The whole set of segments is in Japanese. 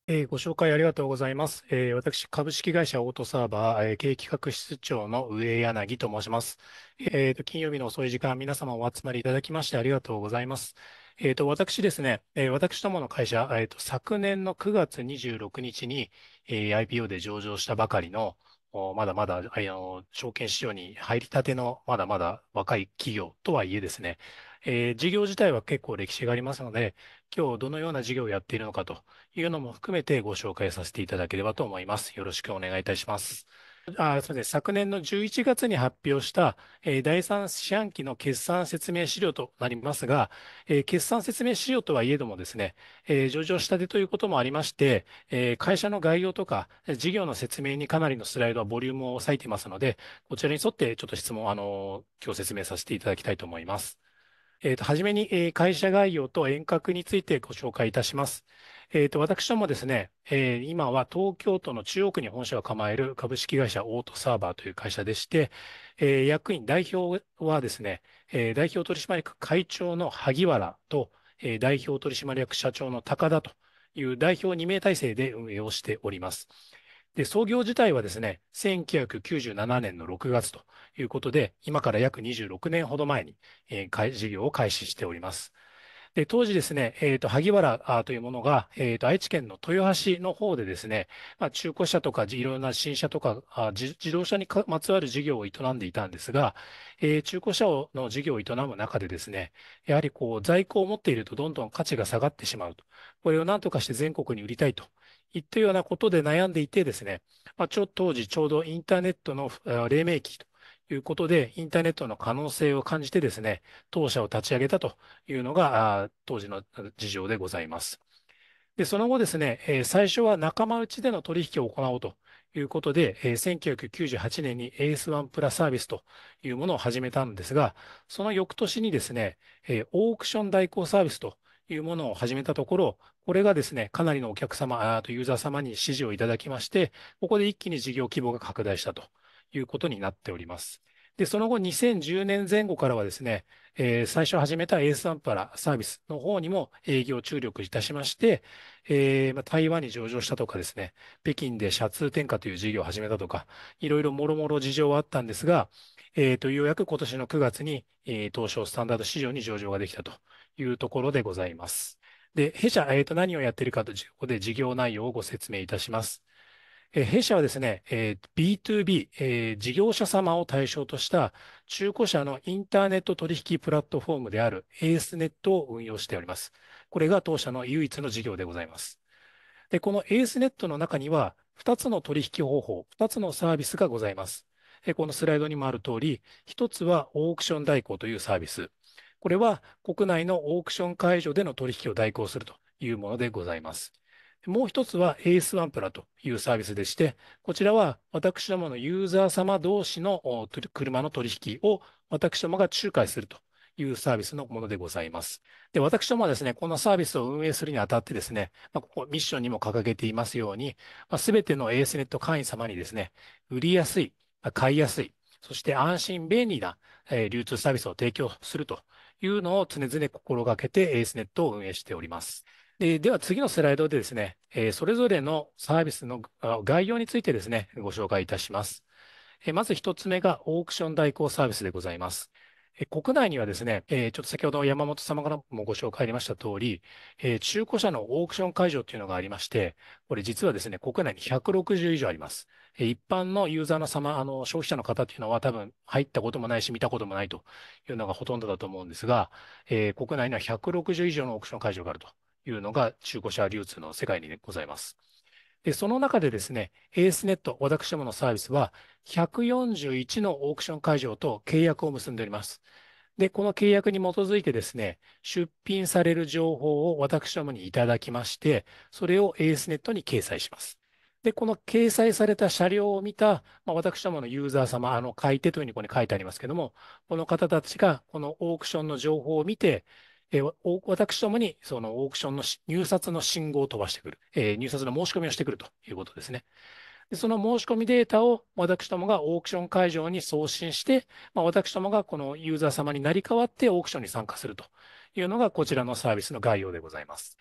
ご紹介ありがとうございます。私、株式会社オートサーバー、経営企画室長の上柳と申します。金曜日の遅い時間、皆様お集まりいただきましてありがとうございます。私ですね、私どもの会社、昨年の9月26日に、IPO で上場したばかりの、まだまだ、証券市場に入りたての、まだまだ若い企業とはいえですね、事業自体は結構歴史がありますので、今日どのような事業をやっているのかというのも含めてご紹介させていただければと思います。よろしくお願いいたします。すみません。昨年の11月に発表した、第3四半期の決算説明資料となりますが、決算説明資料とはいえどもですね、上場したてということもありまして、会社の概要とか事業の説明にかなりのスライドはボリュームを割いていますので、こちらに沿ってちょっと質問、今日説明させていただきたいと思います。はじめに、会社概要と遠隔についてご紹介いたします。私どもですね、今は東京都の中央区に本社を構える株式会社オートサーバーという会社でして、役員、代表はですね、代表取締役会長の萩原と、代表取締役社長の高田という代表2名体制で運営をしております。で、創業自体はですね、1997年の6月ということで、今から約26年ほど前に、事業を開始しております。で、当時ですね、萩原というものが、愛知県の豊橋の方でですね、中古車とかいろんな新車とか自動車にまつわる事業を営んでいたんですが、中古車の事業を営む中でですね、やはりこう在庫を持っているとどんどん価値が下がってしまうと。これを何とかして全国に売りたいといったようなことで悩んでいてですね、当時ちょうどインターネットの黎明期ということで、インターネットの可能性を感じてですね、当社を立ち上げたというのが当時の事情でございます。で、その後ですね、最初は仲間内での取引を行おうということで、1998年にエースワンプラサービスというものを始めたんですが、その翌年にですね、オークション代行サービスというものを始めたところ、これがですね、かなりのお客様、ユーザー様に支持をいただきまして、ここで一気に事業規模が拡大したということになっております。で、その後、2010年前後からはですね、最初始めたエースアンパラサービスの方にも営業注力いたしまして、台湾に上場したとかですね、北京で車通天下という事業を始めたとか、いろいろもろもろ事情はあったんですが、ようやく今年の9月に、東証スタンダード市場に上場ができたというところでございます。で、弊社、何をやっているかということで事業内容をご説明いたします。弊社はですね、B2B、事業者様を対象とした中古車のインターネット取引プラットフォームであるエースネットを運用しております。これが当社の唯一の事業でございます。で、このエースネットの中には2つの取引方法、2つのサービスがございます。このスライドにもある通り、1つはオークション代行というサービス。これは国内のオークション会場での取引を代行するというものでございます。もう一つはエースワンプラというサービスでして、こちらは私どものユーザー様同士の車の取引を私どもが仲介するというサービスのものでございます。で、私どもはですね、このサービスを運営するにあたってですね、ここミッションにも掲げていますように、すべてのエースネット会員様にですね、売りやすい、買いやすい、そして安心便利な流通サービスを提供するというのを常々心がけてエースネットを運営しております。では次のスライドでですね、それぞれのサービスの概要についてですね、ご紹介いたします。まず一つ目がオークション代行サービスでございます。国内にはですね、ちょっと先ほど山本様からもご紹介ありました通り、中古車のオークション会場というのがありまして、これ実はですね、国内に160以上あります。一般のユーザーの様、消費者の方というのは多分入ったこともないし見たこともないというのがほとんどだと思うんですが、国内には160以上のオークション会場があるというのが中古車流通の世界にございます。で、その中でですね、エースネット、私どものサービスは、141のオークション会場と契約を結んでおります。で、この契約に基づいてですね、出品される情報を私どもにいただきまして、それをエースネットに掲載します。で、この掲載された車両を見た、私どものユーザー様、買い手というふうにここに書いてありますけども、この方たちがこのオークションの情報を見て、私どもにそのオークションの入札の信号を飛ばしてくる、入札の申し込みをしてくるということですね。で、その申し込みデータを私どもがオークション会場に送信して、私どもがこのユーザー様になり代わってオークションに参加するというのがこちらのサービスの概要でございます。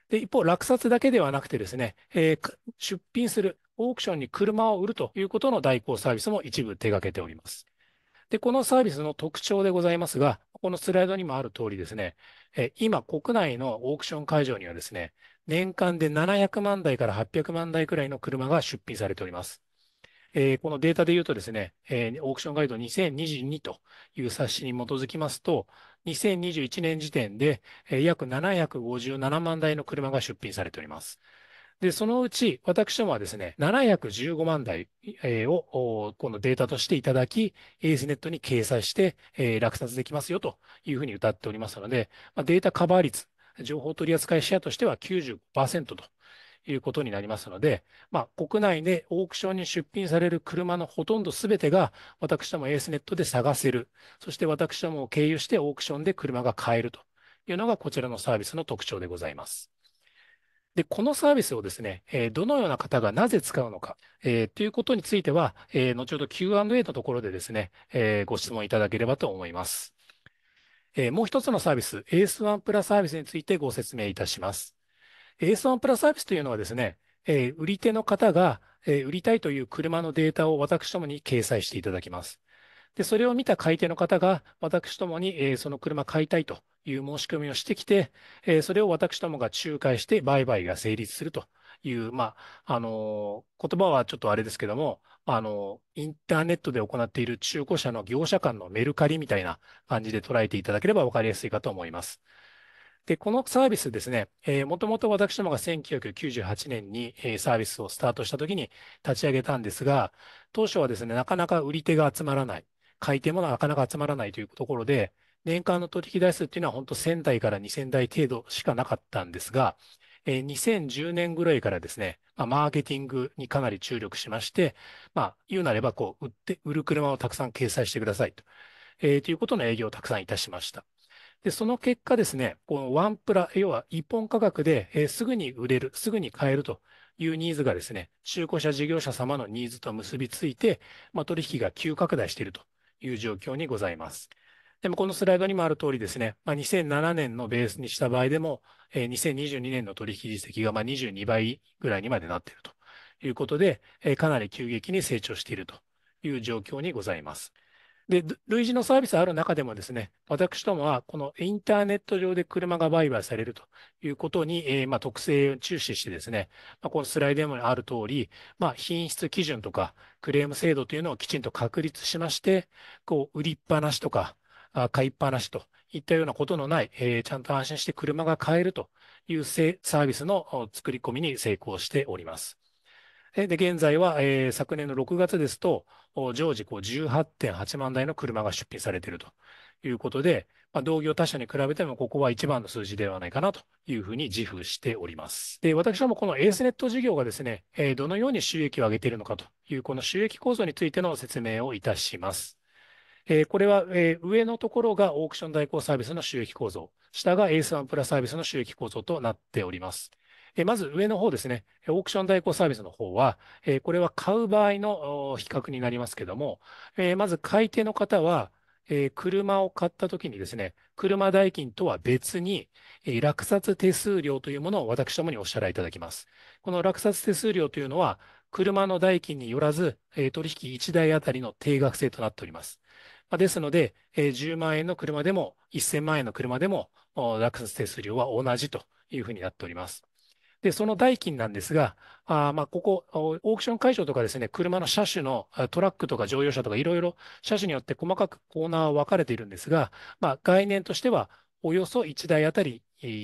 で、一方、落札だけではなくてですね、出品する、オークションに車を売るということの代行サービスも一部手掛けております。で、このサービスの特徴でございますが、このスライドにもある通りですね、今、国内のオークション会場にはですね、年間で700万台から800万台くらいの車が出品されております。このデータで言うとですね、オークションガイド2022という冊子に基づきますと、2021年時点で、約757万台の車が出品されております。で、そのうち私どもはですね、715万台をこのデータとしていただき、エースネットに掲載して、落札できますよというふうに謳っておりますので、データカバー率、情報取扱いシェアとしては95%ということになりますので、国内でオークションに出品される車のほとんどすべてが、私どもエースネットで探せる、そして私どもを経由してオークションで車が買えるというのがこちらのサービスの特徴でございます。で、このサービスをですね、どのような方がなぜ使うのか、ということについては、後ほど Q&A のところでですね、ご質問いただければと思います。もう一つのサービス、エースワンプラサービスについてご説明いたします。エースワンプラサービスというのはですね、売り手の方が、売りたいという車のデータを私どもに掲載していただきます。で、それを見た買い手の方が、私どもに、その車買いたいという申し込みをしてきて、それを私どもが仲介して売買が成立するという、言葉はちょっとあれですけども、インターネットで行っている中古車の業者間のメルカリみたいな感じで捉えていただければ分かりやすいかと思います。で、このサービスですね、もともと私どもが1998年にサービスをスタートしたときに立ち上げたんですが、当初はですね、なかなか売り手が集まらない、買い手もなかなか集まらないというところで、年間の取引台数っていうのは本当1000台から2000台程度しかなかったんですが、2010年ぐらいからですね、マーケティングにかなり注力しまして、言うなれば売る車をたくさん掲載してくださいということの営業をたくさんいたしました。で、その結果ですね、このワンプラ、要は一本価格で、すぐに売れる、すぐに買えるというニーズがですね、中古車事業者様のニーズと結びついて、取引が急拡大しているという状況にございます。でもこのスライドにもある通りですね、2007年のベースにした場合でも、2022年の取引実績が22倍ぐらいにまでなっているということで、かなり急激に成長しているという状況にございます。で、類似のサービスある中でもですね、私どもはこのインターネット上で車が売買されるということに、特性を注視してですね、このスライドにもある通り、品質基準とかクレーム制度というのをきちんと確立しまして、売りっぱなしとか、買いっぱなしといったようなことのない、ちゃんと安心して車が買えるというサービスの作り込みに成功しております。で、現在は、昨年の6月ですと、常時18.8万台の車が出品されているということで、同業他社に比べてもここは一番の数字ではないかなというふうに自負しております。で、私どもこのエースネット事業がですね、どのように収益を上げているのかというこの収益構造についての説明をいたします。これは、上のところがオークション代行サービスの収益構造、下がエースワンプラサービスの収益構造となっております。まず上の方ですね、オークション代行サービスの方は、これは買う場合の比較になりますけども、まず買い手の方は、車を買ったときにですね、車代金とは別に、落札手数料というものを私どもにお支払いいただきます。この落札手数料というのは、車の代金によらず、取引1台あたりの定額制となっております。ですので、10万円の車でも1000万円の車でも落札手数料は同じというふうになっております。で、その代金なんですが、ここ、オークション会場とかですね、車の車種のトラックとか乗用車とかいろいろ車種によって細かくコーナーは分かれているんですが、概念としてはおよそ1台あたり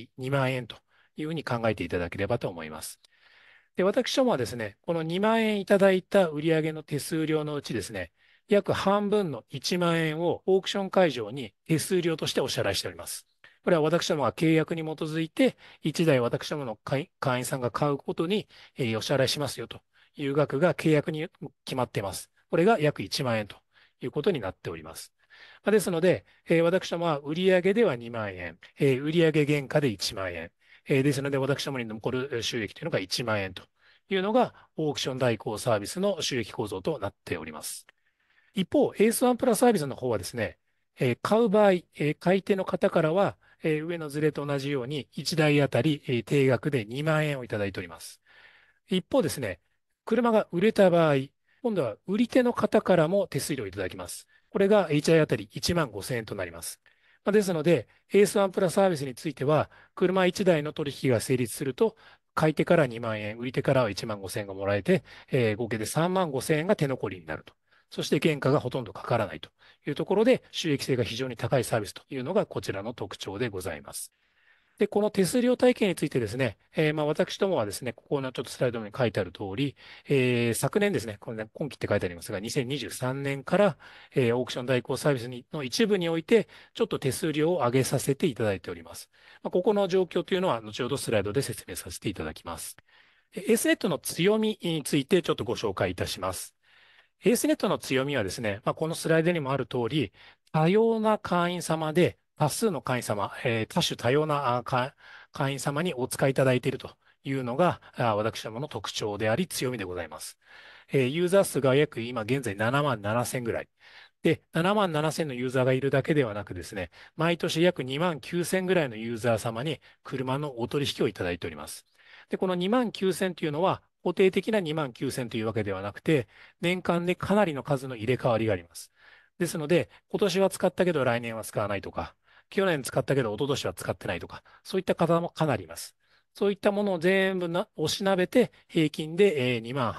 2万円というふうに考えていただければと思います。で、私どもはですね、この2万円いただいた売上の手数料のうちですね、約半分の1万円をオークション会場に手数料としてお支払いしております。これは私どもが契約に基づいて、1台私どもの会員さんが買うことに、お支払いしますよという額が契約に決まっています。これが約1万円ということになっております。ですので、私どもは売上では2万円、売上原価で1万円、ですので、私どもに残る収益というのが1万円というのが、オークション代行サービスの収益構造となっております。一方、エースワンプラスサービスの方はですね、 買う場合、買い手の方からは、上のズレと同じように1台あたり、定額で2万円をいただいております。一方ですね、車が売れた場合、今度は売り手の方からも手数料をいただきます。これが 1台あたり1万5千円となります。ですので、エースワンプラスサービスについては、車1台の取引が成立すると、買い手から2万円、売り手からは1万5千円がもらえて、合計で3万5千円が手残りになると。そして原価がほとんどかからないというところで、収益性が非常に高いサービスというのがこちらの特徴でございます。で、この手数料体系についてですね、私どもはですね、ここのちょっとスライドに書いてある通り、昨年ですね、これね、今期って書いてありますが、2023年から、オークション代行サービスの一部において、ちょっと手数料を上げさせていただいております。ここの状況というのは、後ほどスライドで説明させていただきます。エースネットの強みについてちょっとご紹介いたします。エースネットの強みはですね、このスライドにもある通り、多様な会員様で、多数の会員様、多種多様な会員様にお使いいただいているというのが、私どもの特徴であり強みでございます。ユーザー数が約今現在7万7千ぐらい。で、7万7千のユーザーがいるだけではなくですね、毎年約2万9千ぐらいのユーザー様に車のお取引をいただいております。で、この2万9千というのは、固定的な2万9千というわけではなくて、年間でかなりの数の入れ替わりがあります。ですので、今年は使ったけど来年は使わないとか、去年使ったけど一昨年は使ってないとか、そういった方もかなりいます。そういったものを全部押しなべて、平均で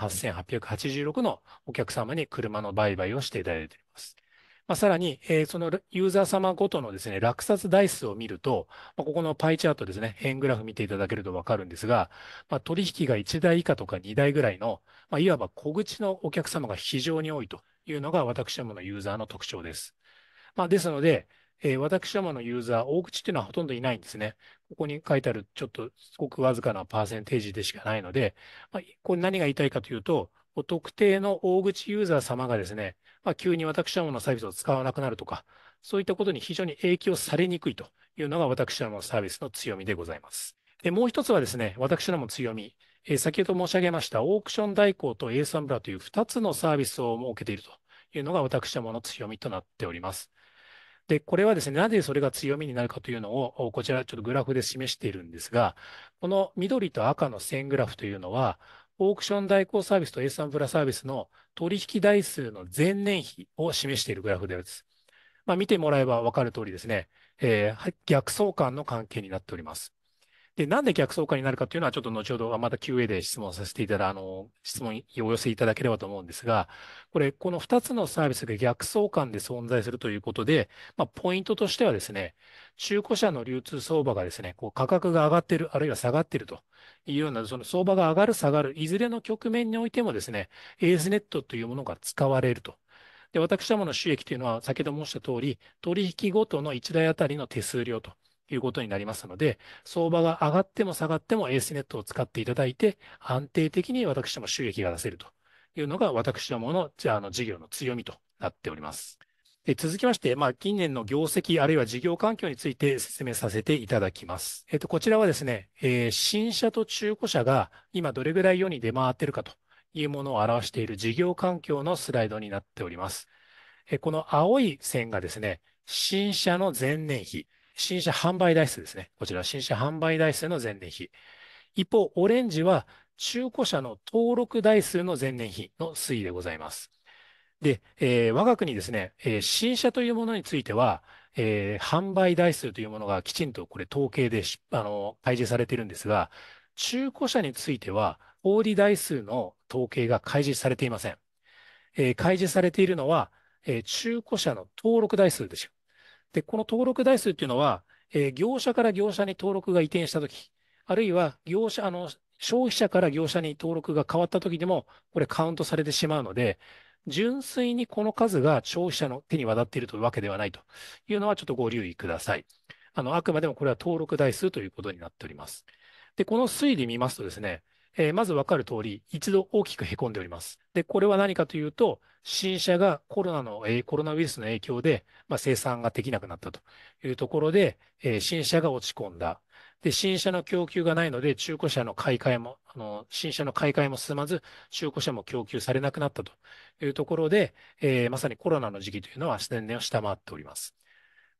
28,886のお客様に車の売買をしていただいております。さらに、そのユーザー様ごとのですね、落札台数を見ると、ここのパイチャートですね、円グラフ見ていただけるとわかるんですが、取引が1台以下とか2台ぐらいの、いわば小口のお客様が非常に多いというのが私どものユーザーの特徴です。ですので、私どものユーザー、大口っていうのはほとんどいないんですね。ここに書いてある、ちょっとすごくわずかなパーセンテージでしかないので、これ何が言いたいかというと、特定の大口ユーザー様がですね、急に私どものサービスを使わなくなるとか、そういったことに非常に影響されにくいというのが私どものサービスの強みでございます。で、もう一つはですね、私どもの強み、先ほど申し上げましたオークション代行とエースアンブラという2つのサービスを設けているというのが私どもの強みとなっております。で、これはですね、なぜそれが強みになるかというのを、こちらちょっとグラフで示しているんですが、この緑と赤の線グラフというのは、オークション代行サービスと A3 プラサービスの取引台数の前年比を示しているグラフです。見てもらえば分かる通りですね、逆相関の関係になっております。で、なんで逆相関になるかというのは、ちょっと後ほどまた QA で質問させていただ、質問お寄せいただければと思うんですが、この2つのサービスが逆相関で存在するということで、ポイントとしてはですね、中古車の流通相場がですね、価格が上がっている、あるいは下がっているというような、その相場が上がる、下がる、いずれの局面においてもですね、エースネットというものが使われると。で、私どもの収益というのは、先ほど申した通り、取引ごとの1台あたりの手数料ということになりますので、相場が上がっても下がってもエースネットを使っていただいて、安定的に私ども収益が出せるというのが私どもの、事業の強みとなっております。で、続きまして、近年の業績あるいは事業環境について説明させていただきます。こちらはですね、新車と中古車が今どれぐらい世に出回っているかというものを表している事業環境のスライドになっております。この青い線がですね、新車の前年比、新車販売台数ですね。こちら、新車販売台数の前年比。一方、オレンジは中古車の登録台数の前年比の推移でございます。で、我が国ですね、新車というものについては、販売台数というものがきちんとこれ統計で開示されているんですが、中古車については、小売台数の統計が開示されていません。開示されているのは、中古車の登録台数ですよ。で、この登録台数っていうのは、業者から業者に登録が移転したとき、あるいは消費者から業者に登録が変わったときでも、これカウントされてしまうので、純粋にこの数が消費者の手に渡っているというわけではないというのはちょっとご留意ください。あくまでもこれは登録台数ということになっております。で、この推移見ますとですね、まず分かる通り、一度大きく凹んでおります。で、これは何かというと、新車がコロナウイルスの影響で、生産ができなくなったというところで、新車が落ち込んだ。で、新車の供給がないので、中古車の買い替えも、新車の買い替えも進まず、中古車も供給されなくなったというところで、まさにコロナの時期というのは前年を下回っております。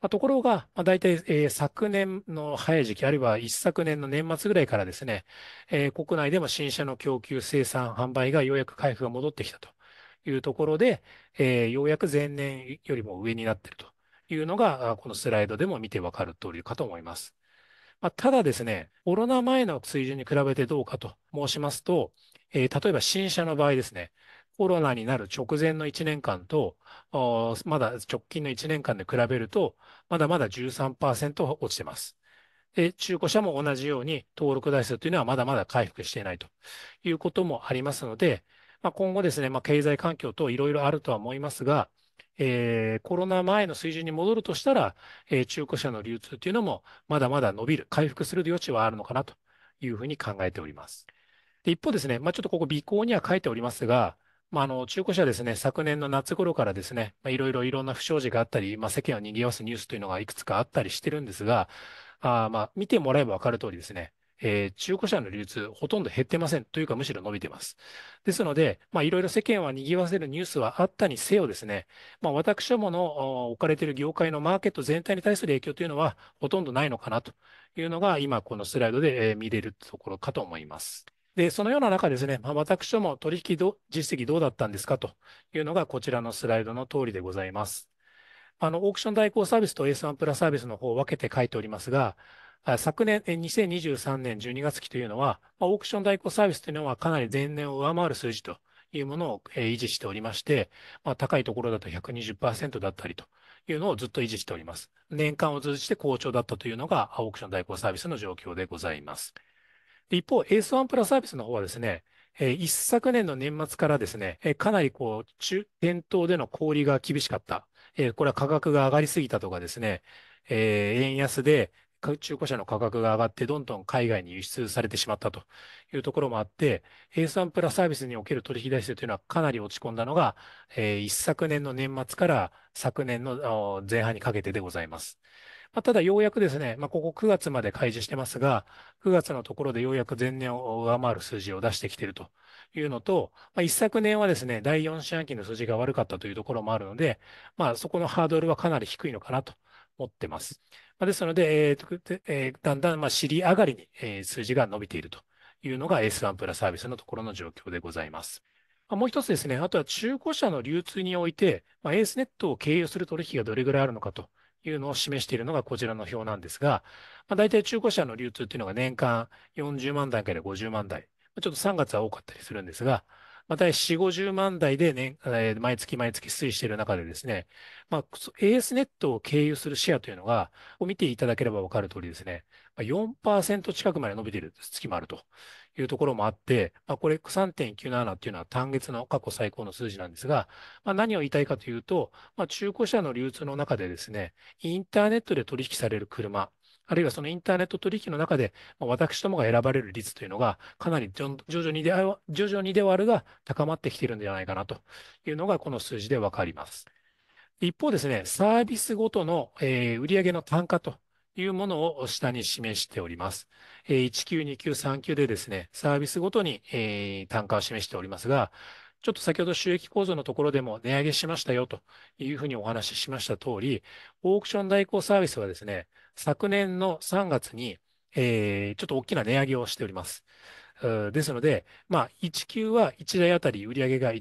ところが、大体、昨年の早い時期、あるいは一昨年の年末ぐらいからですね、国内でも新車の供給、生産、販売がようやく回復が戻ってきたというところで、ようやく前年よりも上になっているというのが、このスライドでも見てわかる通りかと思います。ただですね、コロナ前の水準に比べてどうかと申しますと、例えば新車の場合ですね、コロナになる直前の1年間と、まだ直近の1年間で比べると、まだまだ13%落ちてます。で、中古車も同じように登録台数というのはまだまだ回復していないということもありますので、今後ですね、経済環境等いろいろあるとは思いますが、コロナ前の水準に戻るとしたら、中古車の流通というのもまだまだ伸びる、回復する余地はあるのかなというふうに考えております。で、一方ですね、ちょっとここ備考には書いておりますが、中古車ですね、昨年の夏頃からですね、いろんな不祥事があったり、世間を賑わすニュースというのがいくつかあったりしてるんですが、見てもらえば分かる通りですね、中古車の流通、ほとんど減ってませんというか、むしろ伸びてます。ですので、いろいろ世間は賑わせるニュースはあったにせよですね、私どもの置かれている業界のマーケット全体に対する影響というのは、ほとんどないのかなというのが、今、このスライドで見れるところかと思います。で、そのような中ですね、私ども実績どうだったんですかというのがこちらのスライドの通りでございます。オークション代行サービスと AS1 プラスサービスの方を分けて書いておりますが、昨年、2023年12月期というのは、オークション代行サービスというのはかなり前年を上回る数字というものを維持しておりまして、高いところだと120%だったりというのをずっと維持しております。年間を通じて好調だったというのがオークション代行サービスの状況でございます。で一方、エースワンプラスサービスの方はですね、一昨年の年末からですね、かなり店頭での小売りが厳しかった。これは価格が上がりすぎたとかですね、円安で中古車の価格が上がってどんどん海外に輸出されてしまったというところもあって、エースワンプラスサービスにおける取引台数というのはかなり落ち込んだのが、一昨年の年末から昨年の前半にかけてでございます。ただ、ようやくですね、ここ9月まで開示してますが、9月のところでようやく前年を上回る数字を出してきているというのと、一昨年はですね、第4四半期の数字が悪かったというところもあるので、そこのハードルはかなり低いのかなと思ってます。ですので、だんだん尻上がりに、数字が伸びているというのが S1 プラスサービスのところの状況でございます。もう一つですね、あとは中古車の流通において、エースネットを経由する取引がどれぐらいあるのかというのを示しているのがこちらの表なんですが、大体中古車の流通っていうのが年間40万台から50万台、ちょっと3月は多かったりするんですが、大体4、50万台で毎月毎月推移している中でですね、エースネットを経由するシェアというのが、見ていただければ分かる通りですね、4%近くまで伸びている月もあるというところもあって、これ3.97っていうのは単月の過去最高の数字なんですが、何を言いたいかというと、中古車の流通の中でですね、インターネットで取引される車、あるいはそのインターネット取引の中で、私どもが選ばれる率というのが、かなり徐々にではあるが高まってきているんじゃないかなというのが、この数字でわかります。一方ですね、サービスごとの、売上の単価というものを下に示しております。1級、2級、3級でですね、サービスごとに、単価を示しておりますが、ちょっと先ほど収益構造のところでも値上げしましたよというふうにお話ししました通り、オークション代行サービスはですね、昨年の3月に、ちょっと大きな値上げをしております。ですので、1級は1台あたり売上が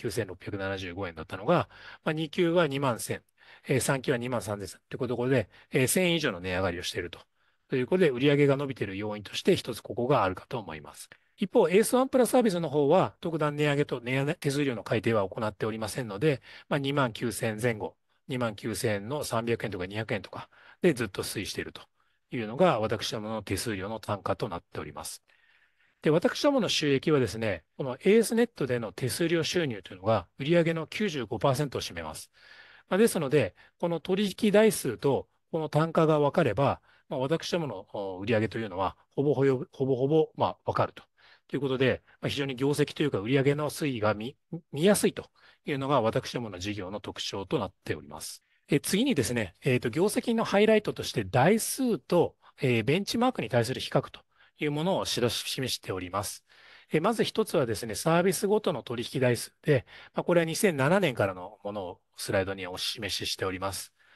19,675円だったのが、2級は2万1000、3級は2万3000というところで、1000円以上の値上がりをしていると。ということで、売上が伸びている要因として一つここがあるかと思います。一方、エースワンプラスサービスの方は、特段値上げと手数料の改定は行っておりませんので、2万9000円前後、2万9000円の300円とか200円とかでずっと推移しているというのが、私どもの手数料の単価となっております。で、私どもの収益はですね、このエースネットでの手数料収入というのが売上の95%を占めます。ですので、この取引台数とこの単価が分かれば、私どもの売上というのはほぼ、分かると。ということで、非常に業績というか売上の推移が見やすいというのが私どもの事業の特徴となっております。次にですね、業績のハイライトとして台数と、ベンチマークに対する比較というものを示しております。まず一つはですね、サービスごとの取引台数で、これは2007年からのものをスライドにお示ししております。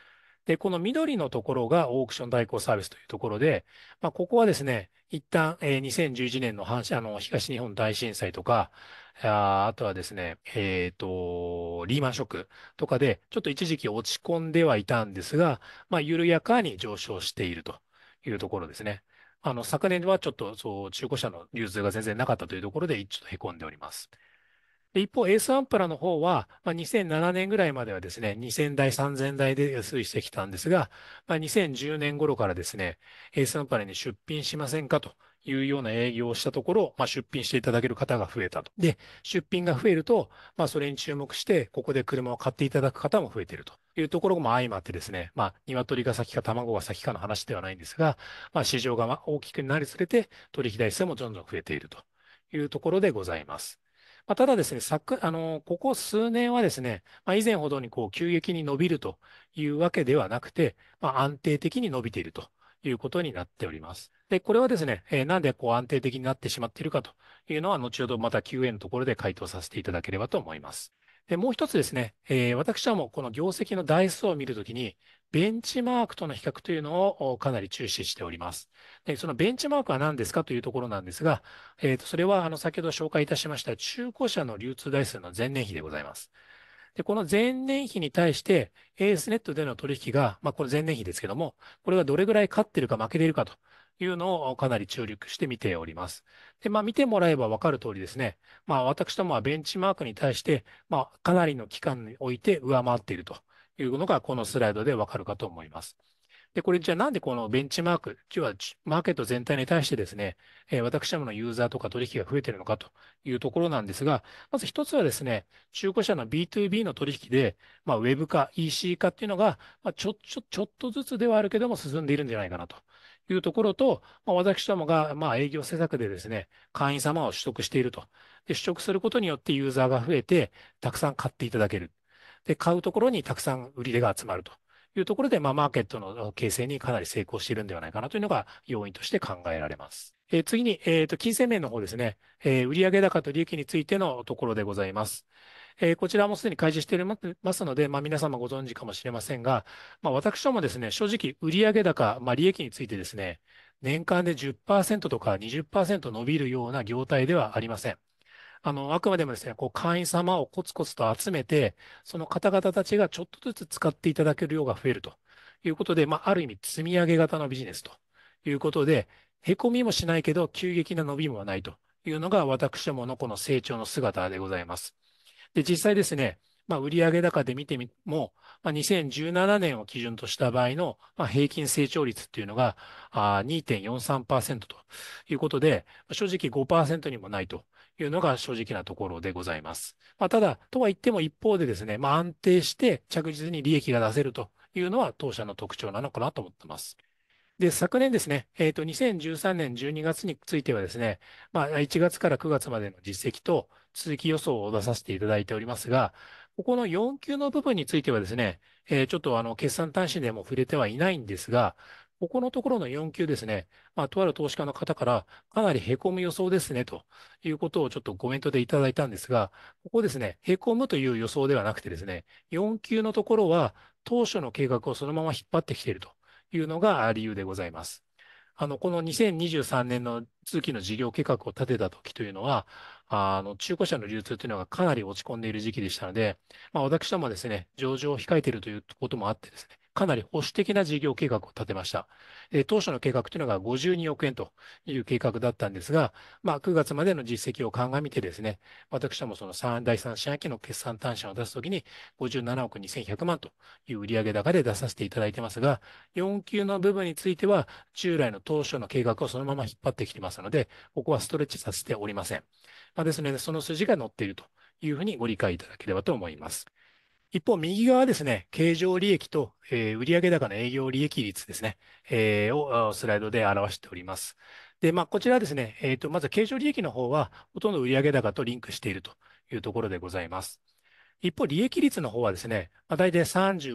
で、この緑のところがオークション代行サービスというところで、ここはですね、一旦、2011年の東日本大震災とか、あとはですね、リーマンショックとかで、ちょっと一時期落ち込んではいたんですが、緩やかに上昇しているというところですね。昨年はちょっとそう中古車の流通が全然なかったというところで、ちょっとへこんでおります。で一方、エースアンプラの方は、2007年ぐらいまではですね、2000台、3000台で推移してきたんですが、2010年頃からですね、エースアンプラに出品しませんかというような営業をしたところ、出品していただける方が増えたと。で、出品が増えると、それに注目して、ここで車を買っていただく方も増えているというところも相まってですね、鶏が先か卵が先かの話ではないんですが、市場が大きくなりつれて、取引台数もどんどん増えているというところでございます。ただですね、ここ数年はですね、以前ほどにこう急激に伸びるというわけではなくて、安定的に伸びているということになっております。で、これはですね、なんでこう安定的になってしまっているかというのは、後ほどまた Q&A のところで回答させていただければと思います。で、もう一つですね、私はもうこの業績の台数を見るときに、ベンチマークとの比較というのをかなり注視しております。で、そのベンチマークは何ですかというところなんですが、それは先ほど紹介いたしました中古車の流通台数の前年比でございます。で、この前年比に対して、エースネットでの取引が、これ前年比ですけども、これがどれぐらい勝っているか負けているかというのをかなり注力して見ております。で、見てもらえば分かる通りですね、私どもはベンチマークに対して、かなりの期間において上回っているというのが、このスライドで分かるかと思います。で、これじゃあなんでこのベンチマーク、要はマーケット全体に対してですね、私どものユーザーとか取引が増えているのかというところなんですが、まず一つはですね、中古車の B2B の取引で、ウェブ化、EC 化っていうのが、ちょっとずつではあるけども進んでいるんじゃないかなというところと、私どもが、営業施策でですね、会員様を取得していると。で、取得することによってユーザーが増えて、たくさん買っていただける。で、買うところにたくさん売り手が集まると。いうところで、マーケットの形成にかなり成功しているんではないかなというのが要因として考えられます。次に、金銭面の方ですね、売上高と利益についてのところでございます。こちらもすでに開示していますので、皆様ご存知かもしれませんが、私どもですね、正直、売上高、利益についてですね、年間で10%とか20%伸びるような業態ではありません。あくまでもですね、こう会員様をコツコツと集めて、その方々たちがちょっとずつ使っていただける量が増えるということで、ある意味積み上げ型のビジネスということで、へこみもしないけど、急激な伸びもないというのが私どものこの成長の姿でございます。で、実際ですね、売上高で見てみも、2017年を基準とした場合の、平均成長率っていうのが2.43%ということで、正直5%にもないというのが正直なところでございます。ただ、とは言っても一方でですね、安定して着実に利益が出せるというのは当社の特徴なのかなと思ってます。で、昨年ですね、2013年12月についてはですね、1月から9月までの実績と続き予想を出させていただいておりますが、ここの4級の部分についてはですね、ちょっと決算単身でも触れてはいないんですが、ここのところの4級ですね、とある投資家の方からかなりへこむ予想ですねということをちょっとコメントでいただいたんですが、ここですね、へこむという予想ではなくてですね、4級のところは当初の計画をそのまま引っ張ってきているというのが理由でございます。この2023年の通期の事業計画を立てた時というのは、中古車の流通というのがかなり落ち込んでいる時期でしたので、私どもはですね、上場を控えているということもあってですね、かなり保守的な事業計画を立てました。当初の計画というのが52億円という計画だったんですが、9月までの実績を鑑みてですね、私どもその第3四半期の決算単身を出すときに57億2100万という売上高で出させていただいてますが、4級の部分については、従来の当初の計画をそのまま引っ張ってきてますので、ここはストレッチさせておりません。ですので、その筋が乗っているというふうにご理解いただければと思います。一方、右側はですね、経常利益と、売上高の営業利益率ですね、をスライドで表しております。で、こちらはですね、まず経常利益の方は、ほとんど売上高とリンクしているというところでございます。一方、利益率の方はですね、大体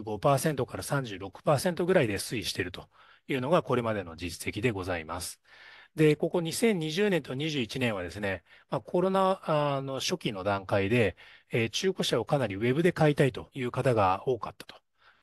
35%から36%ぐらいで推移しているというのがこれまでの実績でございます。で、ここ2020年と21年はですね、コロナの初期の段階で、中古車をかなりウェブで買いたいという方が多かったと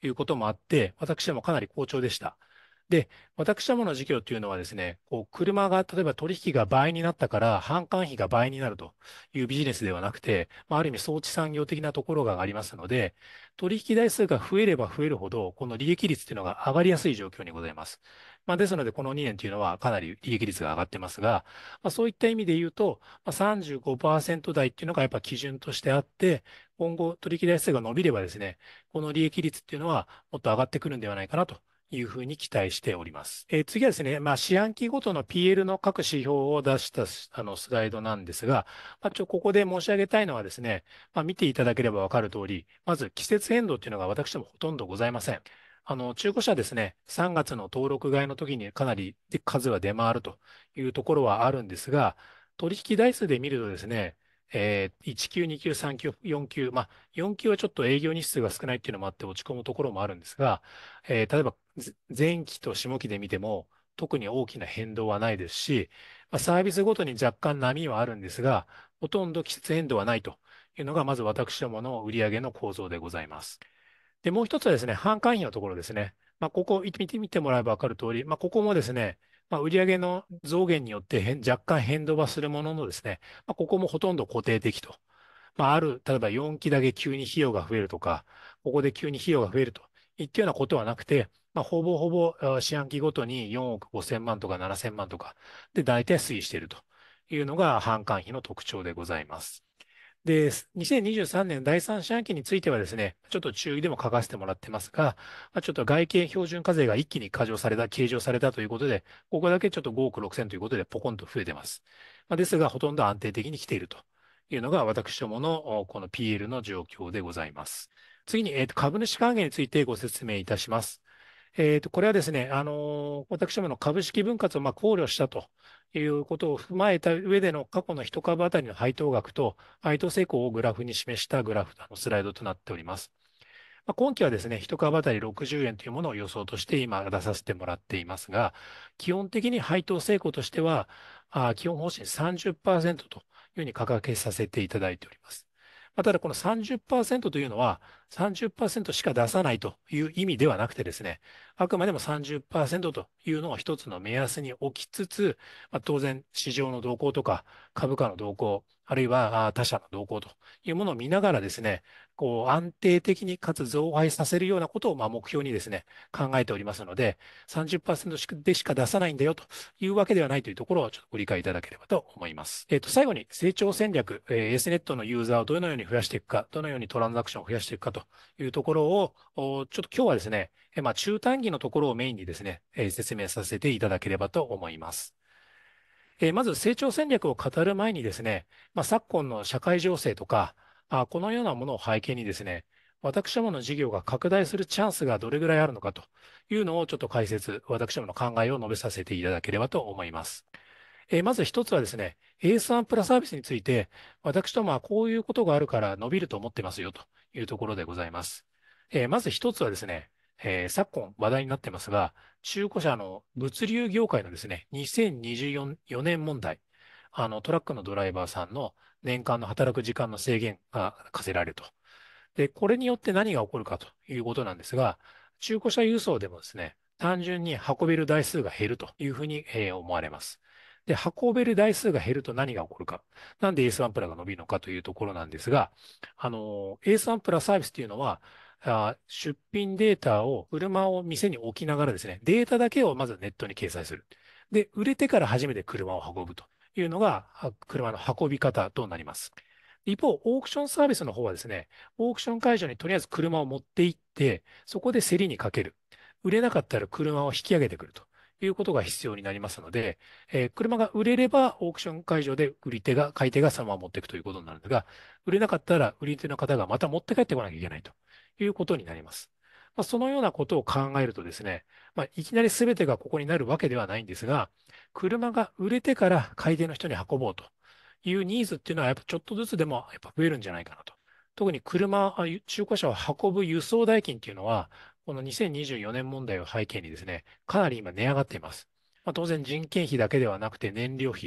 いうこともあって、私どもかなり好調でした。で、私どもの事業というのはですね、こう車が、例えば取引が倍になったから販管費が倍になるというビジネスではなくて、ある意味装置産業的なところがありますので、取引台数が増えれば増えるほど、この利益率というのが上がりやすい状況にございます。ですので、この2年というのはかなり利益率が上がってますが、そういった意味で言うと、35%台っていうのがやっぱ基準としてあって、今後取引台数が伸びればですね、この利益率っていうのはもっと上がってくるんではないかなというふうに期待しております。次はですね、四半期ごとの PL の各指標を出したスライドなんですが、ここで申し上げたいのはですね、見ていただければわかる通り、まず季節変動っていうのが私どもほとんどございません。中古車ですね、3月の登録買いの時にかなり数は出回るというところはあるんですが、取引台数で見るとですね、1級、2級、3級、4級、4級はちょっと営業日数が少ないっていうのもあって落ち込むところもあるんですが、例えば前期と下期で見ても特に大きな変動はないですし、サービスごとに若干波はあるんですが、ほとんど季節変動はないというのがまず私どもの売上の構造でございます。で、もう一つはですね、販管費のところですね。ここ見てもらえば分かる通り、ここもですね、売上の増減によって若干変動はするもののですね、ここもほとんど固定的と。例えば4期だけ急に費用が増えるとか、ここで急に費用が増えるといったようなことはなくて、ほぼほぼ四半期ごとに4億5000万とか7000万とかで大体推移しているというのが販管費の特徴でございます。で、2023年第3四半期についてはですね、ちょっと注意でも書かせてもらってますが、ちょっと外形標準課税が一気に計上されたということで、ここだけちょっと5億6千ということでポコンと増えてます。ですが、ほとんど安定的に来ているというのが私どものこの PL の状況でございます。次に、株主還元についてご説明いたします。これはですね、私どもの株式分割を考慮したということを踏まえた上での過去の一株当たりの配当額と配当成功をグラフに示したグラフ、スライドとなっております。今期はですね、一株当たり60円というものを予想として今出させてもらっていますが、基本的に配当成功としては、基本方針30%というふうに掲げさせていただいております。ただこの30%というのは30%しか出さないという意味ではなくてですね、あくまでも30%というのを一つの目安に置きつつ、当然市場の動向とか株価の動向、あるいは他社の動向というものを見ながらですね、こう安定的にかつ増配させるようなことを目標にですね、考えておりますので、30%でしか出さないんだよというわけではないというところをちょっとご理解いただければと思います。最後に成長戦略、S ネットのユーザーをどのように増やしていくか、どのようにトランザクションを増やしていくかというところを、ちょっと今日はですね、中短期のところをメインにですね、説明させていただければと思います。まず成長戦略を語る前にですね、昨今の社会情勢とか、このようなものを背景にですね、私どもの事業が拡大するチャンスがどれぐらいあるのかというのをちょっと私どもの考えを述べさせていただければと思います。まず一つはですね、AS1 プラサービスについて、私どもはこういうことがあるから伸びると思ってますよというところでございます。まず一つはですね、昨今話題になってますが、中古車の物流業界のですね、2024年問題、トラックのドライバーさんの年間の働く時間の制限が課せられると。で、これによって何が起こるかということなんですが、中古車輸送でもですね、単純に運べる台数が減るというふうに思われます。で、運べる台数が減ると何が起こるか。なんで AS1 プラが伸びるのかというところなんですが、AS1 プラサービスというのは、出品データを車を店に置きながらですね、データだけをまずネットに掲載する。で、売れてから初めて車を運ぶというのが、車の運び方となります。一方、オークションサービスの方はですね、オークション会場にとりあえず車を持って行って、そこで競りにかける。売れなかったら車を引き上げてくるということが必要になりますので、車が売れればオークション会場で買い手がそのまま持っていくということになるんですが、売れなかったら売り手の方がまた持って帰ってこなきゃいけないということになります。そのようなことを考えるとですね、いきなり全てがここになるわけではないんですが、車が売れてから買い手の人に運ぼうというニーズっていうのはやっぱちょっとずつでもやっぱ増えるんじゃないかなと。特に中古車を運ぶ輸送代金っていうのは、この2024年問題を背景にですね、かなり今値上がっています。当然人件費だけではなくて燃料費、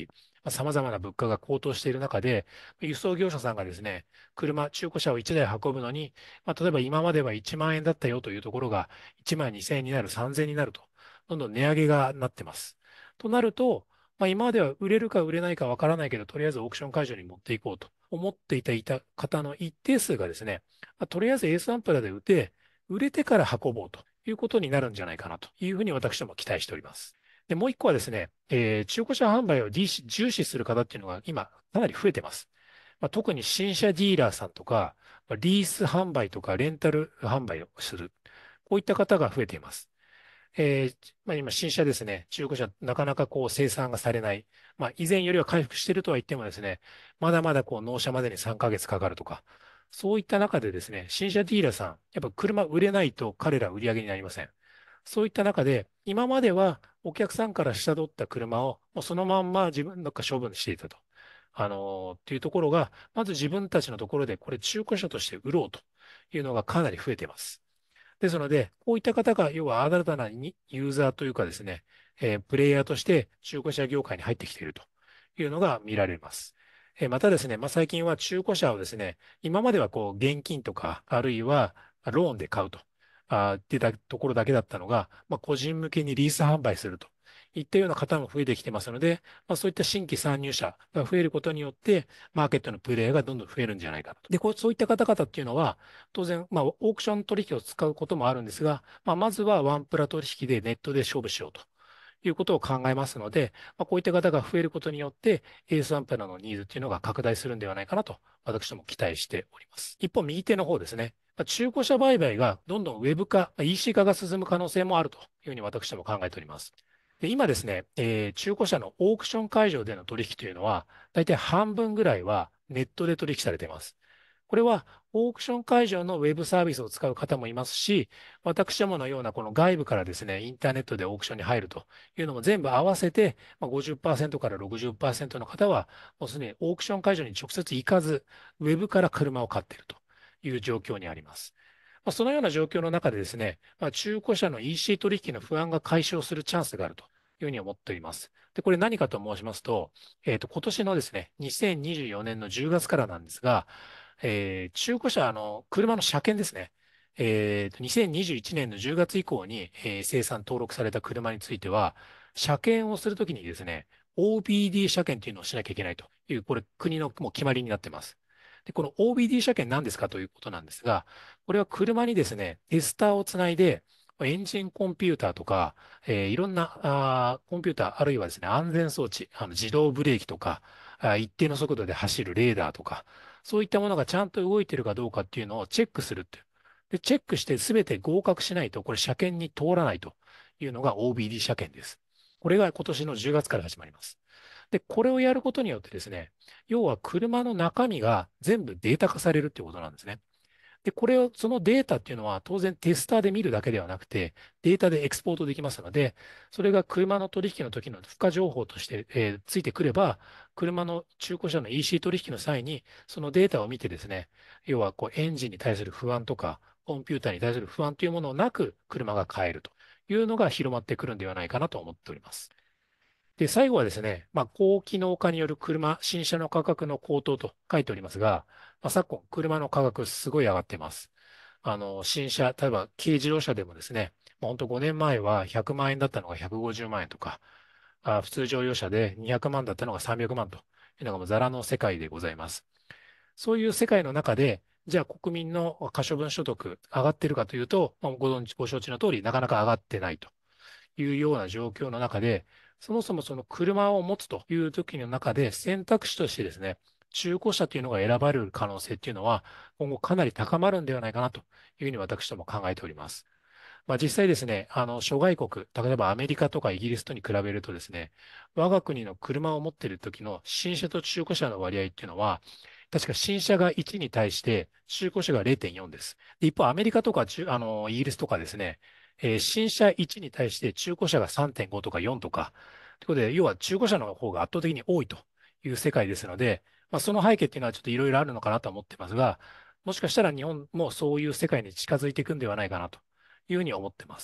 様々な物価が高騰している中で、輸送業者さんがですね、中古車を1台運ぶのに、例えば今までは1万円だったよというところが1万2000円になる、3000円になると、どんどん値上げがなってます。となると、今までは売れるか売れないかわからないけど、とりあえずオークション会場に持っていこうと思っていた方の一定数がですね、とりあえずエースアンプラで売れてから運ぼうということになるんじゃないかなというふうに私ども期待しております。で、もう一個はですね、中古車販売を重視する方っていうのが今かなり増えてます。特に新車ディーラーさんとか、リース販売とかレンタル販売をする。こういった方が増えています。今、新車ですね、中古車、なかなかこう生産がされない。以前よりは回復しているとは言ってもですね、まだまだこう納車までに3ヶ月かかるとか、そういった中でですね、新車ディーラーさん、やっぱ車売れないと彼ら売り上げになりません。そういった中で、今まではお客さんから下取った車をもうそのまんま自分の処分していたと。っていうところが、まず自分たちのところでこれ中古車として売ろうというのがかなり増えています。ですので、こういった方が、要は新たなユーザーというかですね、プレイヤーとして中古車業界に入ってきているというのが見られます。またですね、最近は中古車をですね、今まではこう現金とか、あるいはローンで買うと、っていったところだけだったのが、個人向けにリース販売するといったような方も増えてきてますので、そういった新規参入者が増えることによって、マーケットのプレイヤーがどんどん増えるんじゃないかなと。で、そういった方々っていうのは、当然、オークション取引を使うこともあるんですが、まずはワンプラ取引でネットで勝負しようということを考えますので、こういった方が増えることによって、エースアンペラのニーズっていうのが拡大するんではないかなと、私ども期待しております。一方、右手の方ですね。中古車売買がどんどんウェブ化、EC 化が進む可能性もあるというふうに私ども考えております。で、今ですね、中古車のオークション会場での取引というのは、大体半分ぐらいはネットで取引されています。これはオークション会場のウェブサービスを使う方もいますし、私どものようなこの外部からですね、インターネットでオークションに入るというのも全部合わせて、50%から60%の方は、もうすでにオークション会場に直接行かず、ウェブから車を買っているという状況にあります。そのような状況の中でですね、中古車の EC 取引の不安が解消するチャンスがあるというふうに思っております。で、これ何かと申しますと、今年のですね、2024年の10月からなんですが、中古車の車の車検ですね。2021年の10月以降に、生産登録された車については、車検をするときにですね、OBD 車検というのをしなきゃいけないという、これ国のもう決まりになっています。で、この OBD 車検何ですかということなんですが、これは車にですね、テスターをつないで、エンジンコンピューターとか、いろんなコンピューター、あるいはですね、安全装置、自動ブレーキとか、一定の速度で走るレーダーとか、そういったものがちゃんと動いているかどうかっていうのをチェックするっていう。で、チェックして全て合格しないと、これ車検に通らないというのが OBD 車検です。これが今年の10月から始まります。で、これをやることによってですね、要は車の中身が全部データ化されるっていうことなんですね。で、そのデータっていうのは当然テスターで見るだけではなくて、データでエクスポートできますので、それが車の取引の時の付加情報として、ついてくれば、車の中古車の EC 取引の際に、そのデータを見てですね、要はこうエンジンに対する不安とか、コンピューターに対する不安というものをなく車が買えるというのが広まってくるんではないかなと思っております。で、最後はですね、高機能化による新車の価格の高騰と書いておりますが、昨今、車の価格すごい上がっています。新車、例えば軽自動車でもですね、本当5年前は100万円だったのが150万円とか、普通乗用車で200万だったのが300万というのがもうザラの世界でございます。そういう世界の中で、じゃあ国民の可処分所得上がっているかというと、ご承知の通り、なかなか上がってないと。いうような状況の中で、そもそもその車を持つという時の中で選択肢としてですね、中古車というのが選ばれる可能性っていうのは、今後かなり高まるんではないかなというふうに私ども考えております。実際ですね、諸外国、例えばアメリカとかイギリスとに比べるとですね、我が国の車を持っている時の新車と中古車の割合っていうのは、確か新車が1に対して中古車が0.4です。で一方、アメリカとかイギリスとかですね、新車1に対して中古車が3.5とか4とか、ということで、要は中古車の方が圧倒的に多いという世界ですので、その背景っていうのはちょっといろいろあるのかなと思ってますが、もしかしたら日本もそういう世界に近づいていくんではないかなというふうに思ってます。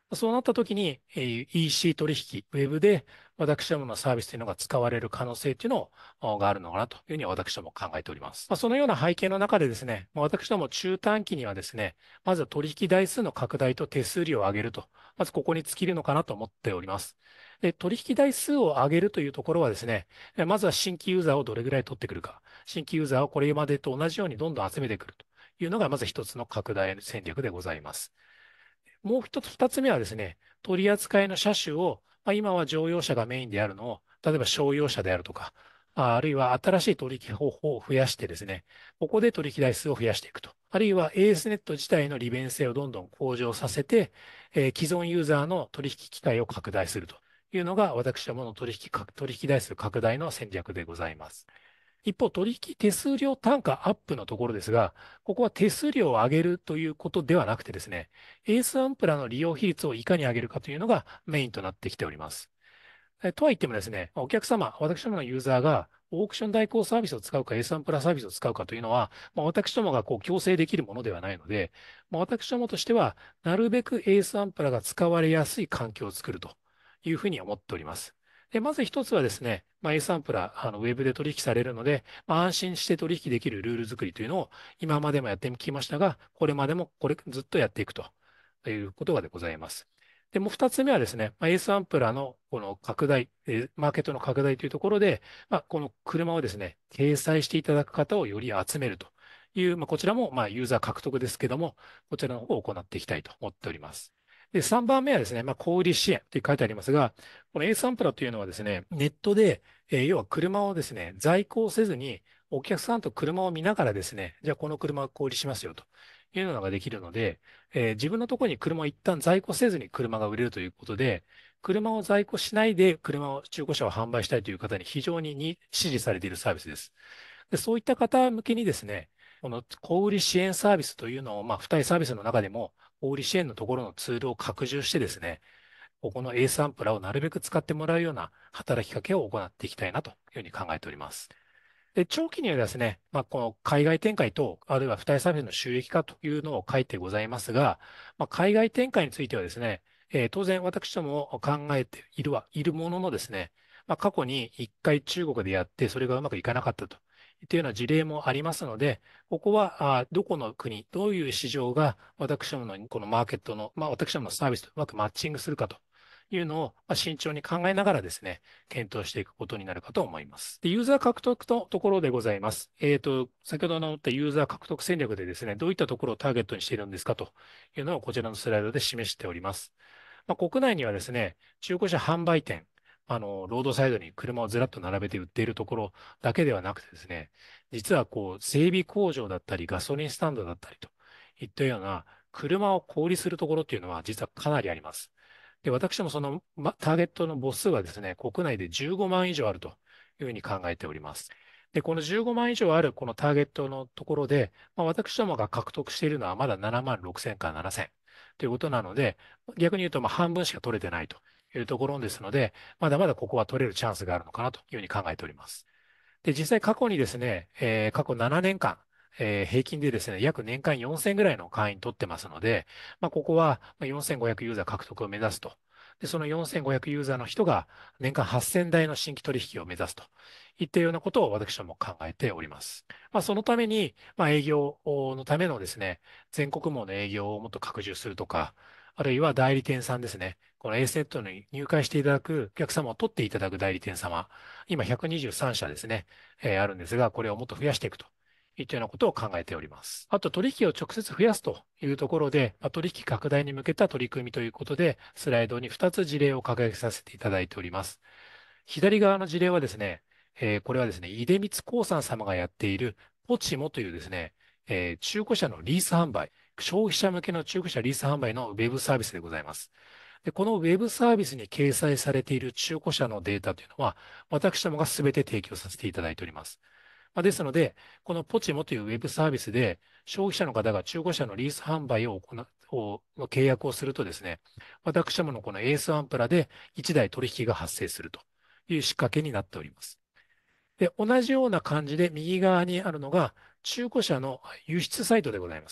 そうなった時に、EC 取引、ウェブで私どものサービスというのが使われる可能性というのがあるのかなというふうに私ども考えております。そのような背景の中でですね、私ども中短期にはですね、まず取引台数の拡大と手数料を上げると、まずここに尽きるのかなと思っております。で、取引台数を上げるというところはですね、まずは新規ユーザーをどれぐらい取ってくるか、新規ユーザーをこれまでと同じようにどんどん集めてくるというのがまず一つの拡大戦略でございます。もう一つ、二つ目はですね、取り扱いの車種を、今は乗用車がメインであるのを、例えば商用車であるとか、あるいは新しい取引方法を増やしてですね、ここで取引台数を増やしていくと。あるいは AS ネット自体の利便性をどんどん向上させて、既存ユーザーの取引機会を拡大するというのが、私どもの取引台数拡大の戦略でございます。一方、取引手数料単価アップのところですが、ここは手数料を上げるということではなくてですね、エースアンプラの利用比率をいかに上げるかというのがメインとなってきております。とは言ってもですね、お客様、私どものユーザーがオークション代行サービスを使うか、エースアンプラサービスを使うかというのは、私どもが強制できるものではないので、私どもとしては、なるべくエースアンプラが使われやすい環境を作るというふうに思っております。で、まず一つはですね、エースアンプラ、ウェブで取引されるので、安心して取引できるルール作りというのを今までもやってきましたが、これまでもずっとやっていくということがでございます。で、もう二つ目はですね、エースアンプラのこの拡大、マーケットの拡大というところで、この車をですね、掲載していただく方をより集めるという、こちらもユーザー獲得ですけども、こちらの方を行っていきたいと思っております。で、3番目はですね、小売支援と書いてありますが、このエースアンプラというのはですね、ネットで、要は車をですね、在庫せずに、お客さんと車を見ながらですね、じゃあこの車を小売りしますよというのができるので、自分のところに車を一旦在庫せずに車が売れるということで、車を在庫しないで中古車を販売したいという方に非常に支持されているサービスです。で、そういった方向けにですね、この小売支援サービスというのを、付帯サービスの中でも、小売支援のところのツールを拡充してですね、ここの A サンプラをなるべく使ってもらうような働きかけを行っていきたいなというふうに考えております。で、長期にはですね、この海外展開と、あるいは付帯サービスの収益化というのを書いてございますが、海外展開についてはですね、当然私ども考えているもののですね、過去に一回中国でやって、それがうまくいかなかったといったような事例もありますので、ここはどこの国、どういう市場が私どものこのマーケットの、私どものサービスとうまくマッチングするかというのを慎重に考えながらですね、検討していくことになるかと思います。で、ユーザー獲得のところでございます。先ほどの言ったユーザー獲得戦略でですね、どういったところをターゲットにしているんですかというのをこちらのスライドで示しております。国内にはですね、中古車販売店、ロードサイドに車をずらっと並べて売っているところだけではなくてですね、実は整備工場だったり、ガソリンスタンドだったりといったような車を小売りするところっていうのは実はかなりあります。で、私もその、ターゲットの母数はですね、国内で15万以上あるというふうに考えております。で、この15万以上あるこのターゲットのところで、私どもが獲得しているのはまだ7万6千から7千ということなので、逆に言うと半分しか取れてないというところですので、まだまだここは取れるチャンスがあるのかなというふうに考えております。で、実際過去にですね、過去7年間、平均でですね、約年間4000ぐらいの会員取ってますので、ここは4500ユーザー獲得を目指すと。で、その4500ユーザーの人が年間8000台の新規取引を目指すといったようなことを私ども考えております。そのために、営業のためのですね、全国網の営業をもっと拡充するとか、あるいは代理店さんですね。この A セットに入会していただくお客様を取っていただく代理店様、今123社ですね、あるんですが、これをもっと増やしていくといったようなことを考えております。あと、取引を直接増やすというところで、取引拡大に向けた取り組みということで、スライドに2つ事例を掲げさせていただいております。左側の事例はですね、これはですね、出光興産様がやっているポチモというですね、中古車のリース販売、消費者向けの中古車リース販売のウェブサービスでございます。で、このウェブサービスに掲載されている中古車のデータというのは、私どもが全て提供させていただいております。ですので、このポチモというウェブサービスで、消費者の方が中古車のリース販売を契約をするとですね、私どものこのエースアンプラで1台取引が発生するという仕掛けになっております。で、同じような感じで右側にあるのが中古車の輸出サイトでございます。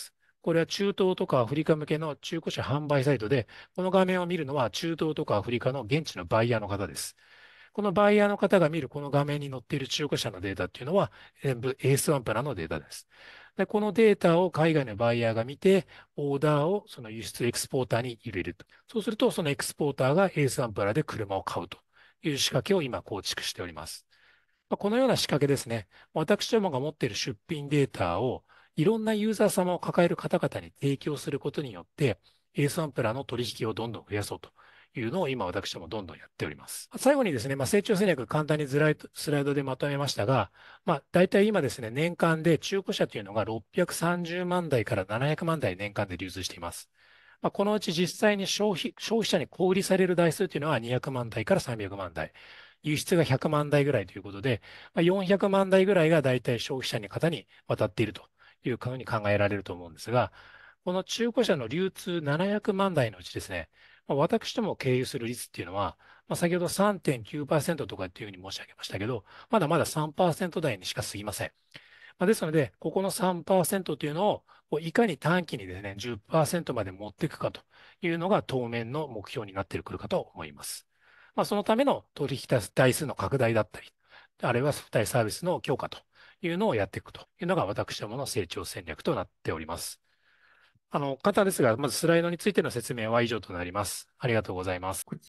これは中東とかアフリカ向けの中古車販売サイトで、この画面を見るのは中東とかアフリカの現地のバイヤーの方です。このバイヤーの方が見るこの画面に載っている中古車のデータっていうのは、全部エースワンプラのデータです。で、このデータを海外のバイヤーが見て、オーダーをその輸出エクスポーターに入れると。そうすると、そのエクスポーターがエースワンプラで車を買うという仕掛けを今構築しております。このような仕掛けですね。私どもが持っている出品データをいろんなユーザー様を抱える方々に提供することによって、エースアンプラの取引をどんどん増やそうというのを今私どもどんどんやっております。最後にですね、成長戦略簡単にスライドでまとめましたが、大体今ですね、年間で中古車というのが630万台から700万台年間で流通しています。このうち実際に消費者に小売りされる台数というのは200万台から300万台。輸出が100万台ぐらいということで、400万台ぐらいが大体消費者の方に渡っているというふうに考えられると思うんですが、この中古車の流通700万台のうちですね、私ども経由する率っていうのは、先ほど3.9%とかっていうふうに申し上げましたけど、まだまだ3%台にしか過ぎません。ですので、ここの3%というのをいかに短期にですね、10%まで持っていくかというのが当面の目標になってくるかと思います。そのための取引台数の拡大だったり、あるいは付帯サービスの強化というのをやっていくというのが私どもの成長戦略となっております。簡単ですが、まずスライドについての説明は以上となります。ありがとうございます。